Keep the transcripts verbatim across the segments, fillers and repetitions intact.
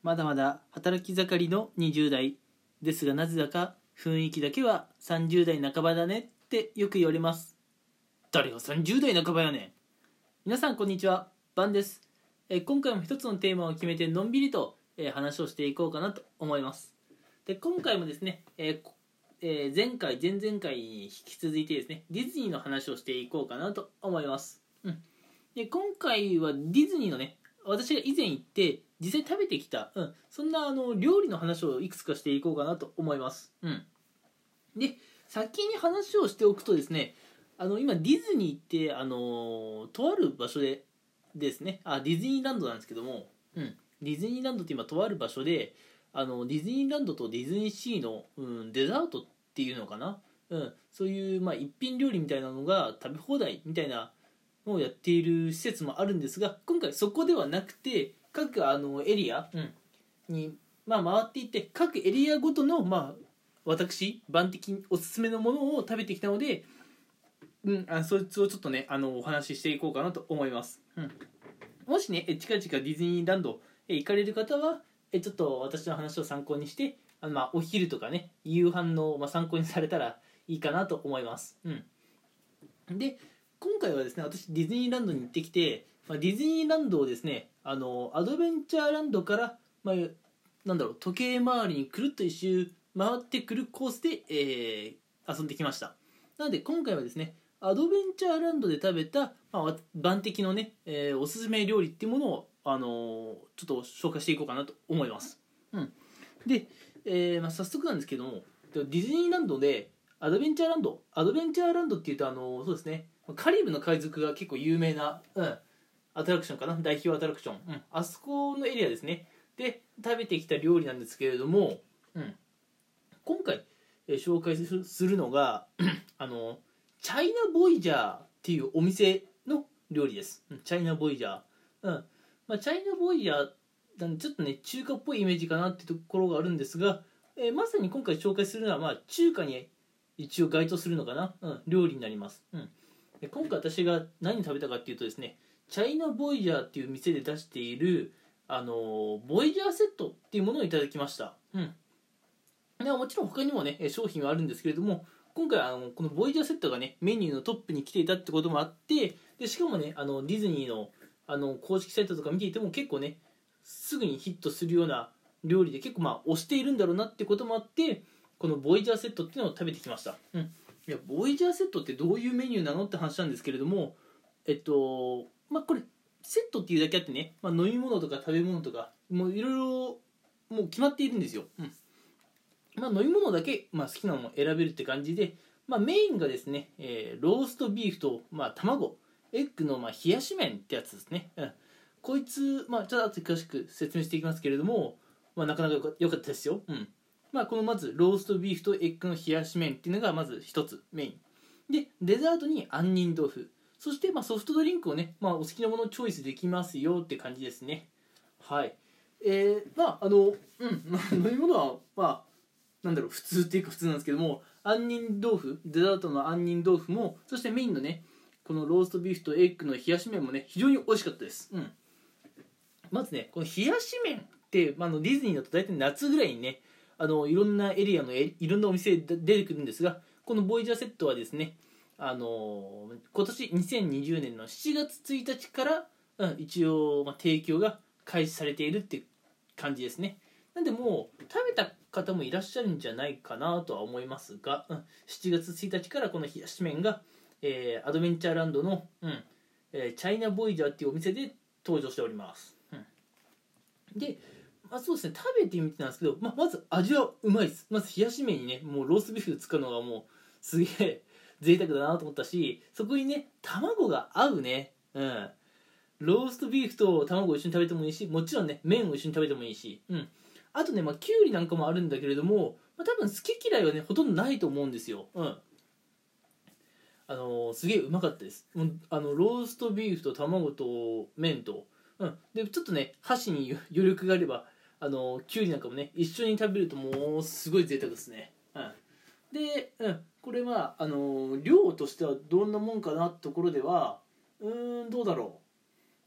まだまだ働き盛りのにじゅう代ですが、なぜだか雰囲気だけはさんじゅう代半ばだねってよく言われます。誰がさんじゅう代半ばやねん。皆さんこんにちは、バンです。え今回も一つのテーマを決めてのんびりと、え話をしていこうかなと思います。で今回もですね、えーえー前回前々回に引き続いてですね、ディズニーの話をしていこうかなと思います。うん、で今回はディズニーのね、私が以前行って実際食べてきた、うん、そんなあの料理の話をいくつかしていこうかなと思います。うん、で先に話をしておくとですね、あの今ディズニーってあのとある場所でですね、あディズニーランドなんですけども、うん、ディズニーランドって今とある場所で、あのディズニーランドとディズニーシーの、うん、デザートっていうのかな、うん、そういう、まあ、一品料理みたいなのが食べ放題みたいなのをやっている施設もあるんですが、今回そこではなくて各あのエリア、うん、に、まあ、回っていって各エリアごとの、まあ、私番的おすすめのものを食べてきたので、うん、あそいつをちょっとねあのお話ししていこうかなと思います。うん、もしね近々ディズニーランドへ行かれる方はえちょっと私の話を参考にして、あの、まあ、お昼とかね夕飯の、まあ、参考にされたらいいかなと思います。うん、で今回はですね、私ディズニーランドに行ってきて、まあ、ディズニーランドをですね、あのアドベンチャーランドから、まあ、なんだろう時計回りにくるっと一周回ってくるコースで、えー遊んできました。なので今回はですね、アドベンチャーランドで食べた、まあ、番的のね、えーおすすめ料理っていうものを、あのーちょっと紹介していこうかなと思います。うん、で、えーまあ、早速なんですけども、ディズニーランドでアドベンチャーランドアドベンチャーランドっていうと、あのーそうですね、カリブの海賊が結構有名な、うん、アトラクションかな、代表アトラクション、うん、あそこのエリアですねで食べてきた料理なんですけれども、うん、今回、えー紹介するのがあのチャイナボイジャーっていうお店の料理です。うんチャイナボイジャー、うんまあ、チャイナボイジャーなんでちょっとね中華っぽいイメージかなってところがあるんですが、えーまさに今回紹介するのは、まあ、中華に一応該当するのかな、うん、料理になります。うんで今回私が何食べたかっていうとですね、チャイナボイジャーっていう店で出している、あのーボイジャーセットっていうものをいただきました。うんでもちろん他にもね商品はあるんですけれども、今回あのこのボイジャーセットがねメニューのトップに来ていたってこともあって、でしかもねあのディズニーのあの公式サイトとか見ていても結構ねすぐにヒットするような料理で、結構まあ推しているんだろうなってこともあって、このボイジャーセットっていうのを食べてきました。うん、いやボイジャーセットってどういうメニューなのって話なんですけれども、えっとまあこれセットっていうだけあってね、まあ、飲み物とか食べ物とかもういろいろもう決まっているんですよ。うんまあ、飲み物だけ、まあ、好きなものを選べるって感じで、まあ、メインがですね、えーローストビーフと、まあ、卵エッグの、まあ、冷やし麺ってやつですね。うん、こいつ、まあ、ちょっと後で詳しく説明していきますけれども、まあ、なかなか良かったですよ。うんまあ、このまずローストビーフとエッグの冷やし麺っていうのがまず一つメインで、デザートに杏仁豆腐、そしてまあソフトドリンクをね、まあ、お好きなものをチョイスできますよって感じですね。はいえー、まああのうんまあ飲み物はまあなんだろう普通っていうか普通なんですけども、杏仁豆腐デザートの杏仁豆腐も、そしてメインのねこのローストビーフとエッグの冷やし麺もね非常に美味しかったです。うんまずねこの冷やし麺って、まあ、のディズニーだと大体夏ぐらいにねあのいろんなエリアのいろんなお店で出てくるんですが、このボイジャーセットはですね、あの今年にせんにじゅうねんのしちがつついたちから、うん、一応、まあ、提供が開始されているって感じですね。なんでもう食べた方もいらっしゃるんじゃないかなとは思いますが、うん、しちがつついたちからこの冷やし麺が、えーアドベンチャーランドの、うんえーチャイナボイジャーっていうお店で登場しております。うん、で、まあ、そうですね食べてみてなんですけど、まあ、まず味はうまいです。まず冷やし麺にねもうローストビーフ使うのがもうすげえ贅沢だなと思ったし、そこにね卵が合うね。うんローストビーフと卵を一緒に食べてもいいし、もちろんね麺を一緒に食べてもいいし、うんあとね、まあ、きゅうりなんかもあるんだけれども、まあ、多分好き嫌いはねほとんどないと思うんですよ。うんあのーすげえうまかったです。もうあのローストビーフと卵と麺と、うん、でちょっとね箸に余力があれば、あのーきゅうりなんかもね一緒に食べるともうすごい贅沢ですね。うん、で、うん、これはあのー量としてはどんなもんかなってところでは、うーんどうだろう、まあ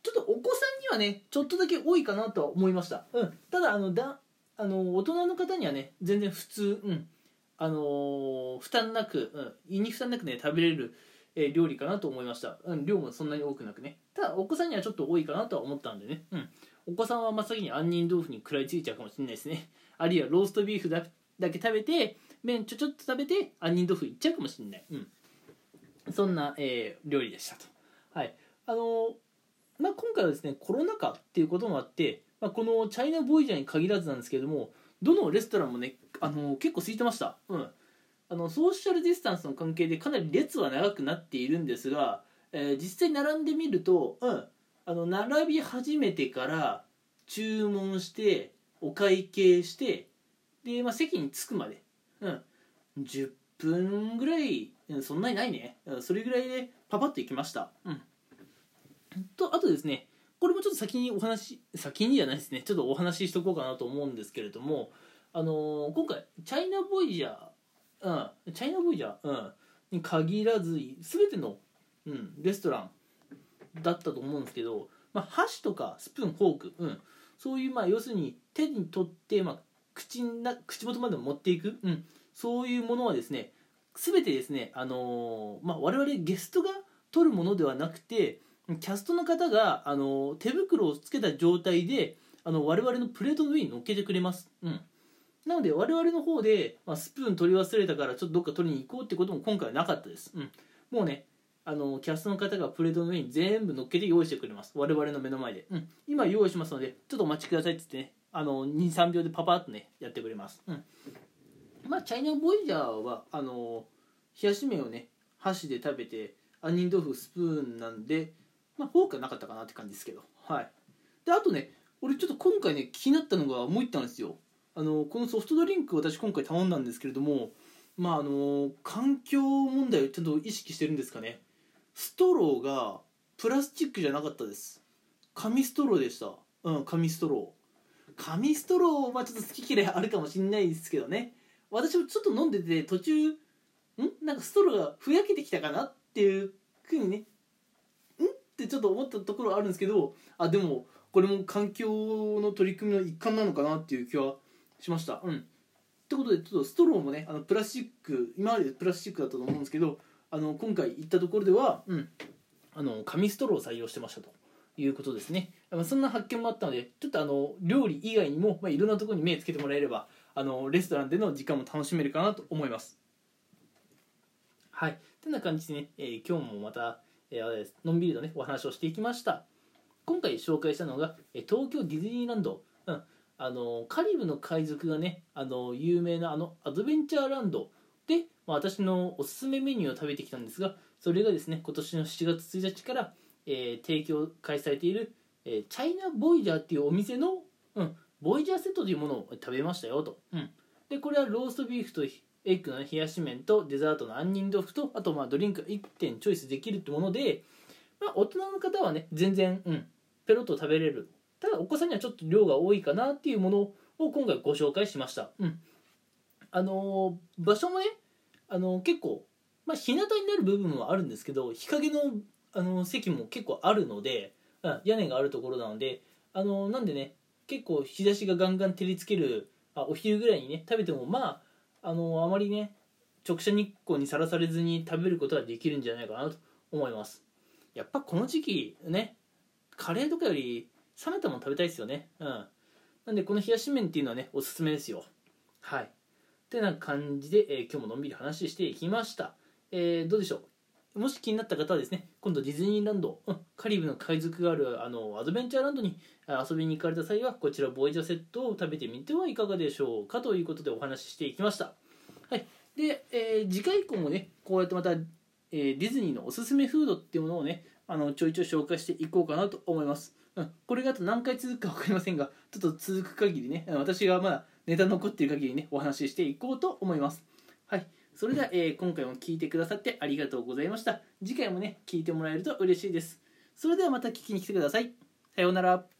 ちょっとお子さんにはねちょっとだけ多いかなとは思いました、うん、ただあのだあの大人の方にはね全然普通、うんあのー負担なく、うん、胃に負担なくね食べれる、えー料理かなと思いました、うん、量もそんなに多くなくね。ただお子さんにはちょっと多いかなとは思ったんでね、うん、お子さんは真っ先に杏仁豆腐に食らいついちゃうかもしれないですね。あるいはローストビーフだだけ食べて麺ちょちょっと食べて杏仁豆腐いっちゃうかもしれない、うん、そんな、えー料理でしたと。はいあのーまあ、今回はですねコロナ禍っていうこともあって、まあ、このチャイナボーイジャーに限らずなんですけれども、どのレストランもね、あのー結構空いてました、うん、あのソーシャルディスタンスの関係でかなり列は長くなっているんですが、えー実際並んでみると、うん、あの並び始めてから注文してお会計してで、まあ、席に着くまで、うん、じゅっぷんぐらい、うんそんなにないね、うんそれぐらいでパパッと行きました、うん、とあとですね、これもちょっと先にお話先にじゃないですね、ちょっとお話ししとこうかなと思うんですけれども、あのー今回チャイナボイジャー、うん、チャイナボイジャー、うん、に限らず全ての、うん、レストランだったと思うんですけど、まあ、箸とかスプーンフォーク、うん、そういう、まあ、要するに手に取って、まあ、口な口元まで持っていく、うん、そういうものはですね全てですね、あのーまあ、我々ゲストが取るものではなくてキャストの方が、あのー手袋をつけた状態であの我々のプレートの上に乗っけてくれます、うん、なので我々の方で、まあ、スプーン取り忘れたからちょっとどっか取りに行こうってことも今回はなかったです、うん、もうねあのキャストの方がプレートの上に全部乗っけて用意してくれます、我々の目の前で、うん、今用意しますのでちょっとお待ちくださいって言ってね、あのにさんびょうでパパッとねやってくれます、うん、まあチャイナボイジャーはあの冷やし麺をね箸で食べて杏仁豆腐スプーンなんで、まあ、フォークはなかったかなって感じですけど、はいであとね俺ちょっと今回ね気になったのがもう一点なんですよ。あのこのソフトドリンク私今回頼んだんですけれども、まああの環境問題をちゃんと意識してるんですかね。ストローがプラスチックじゃなかったです。紙ストローでした。うん紙ストロー紙ストローはちょっと好き嫌いあるかもしれないですけどね、私もちょっと飲んでて途中んなんかストローがふやけてきたかなっていうふうにねんってちょっと思ったところはあるんですけど、あでもこれも環境の取り組みの一環なのかなっていう気はしました。うん。ってことでちょっとストローもねあのプラスチック今までプラスチックだったと思うんですけど、あの今回行ったところでは、うん、あの紙ストローを採用してましたということですね。まあ、そんな発見もあったのでちょっとあの料理以外にも、まあ、いろんなところに目つけてもらえればあのレストランでの時間も楽しめるかなと思います。はい。てな感じでね、えー今日もまた、えーのんびりとねお話をしていきました。今回紹介したのがえ東京ディズニーランド、うん、あのカリブの海賊がねあの有名なあのアドベンチャーランドで、まあ、私のおすすめメニューを食べてきたんですが、それがですね今年のしちがつついたちから、えー提供開催されている、えーチャイナボイジャーっていうお店の、うん、ボイジャーセットというものを食べましたよと、うん、でこれはローストビーフとエッグの、ね、冷やし麺とデザートの杏仁豆腐とあとまあドリンクいってんチョイスできるってもので、まあ、大人の方はね全然、うん、ペロッと食べれる。ただお子さんにはちょっと量が多いかなっていうものを今回ご紹介しました、うん、あのー場所もね、あのー結構、まあ、日向になる部分はあるんですけど日陰の、あのー席も結構あるので、うん、屋根があるところなので、あのーなんでね結構日差しがガンガン照りつけるあお昼ぐらいにね食べてもまあ、あのーあまりね直射日光にさらされずに食べることができるんじゃないかなと思います。やっぱこの時期ねカレーとかより冷めたもの食べたいですよね。うん。なんでこの冷やし麺っていうのはねおすすめですよ。はい。ってな感じで、えー今日ものんびり話していきました。えーどうでしょう。もし気になった方はですね、今度ディズニーランド、うん、カリブの海賊があるあのアドベンチャーランドにあ遊びに行かれた際はこちらボイジャーセットを食べてみてはいかがでしょうかということでお話ししていきました。はい。で、えー次回以降もねこうやってまた、えーディズニーのおすすめフードっていうものをねあのちょいちょい紹介していこうかなと思います。うん、これがあと何回続くか分かりませんがちょっと続く限りね私がまだネタ残っている限りねお話ししていこうと思います。はい、それでは、えー今回も聞いてくださってありがとうございました。次回もね聞いてもらえると嬉しいです。それではまた聞きに来てください。さようなら。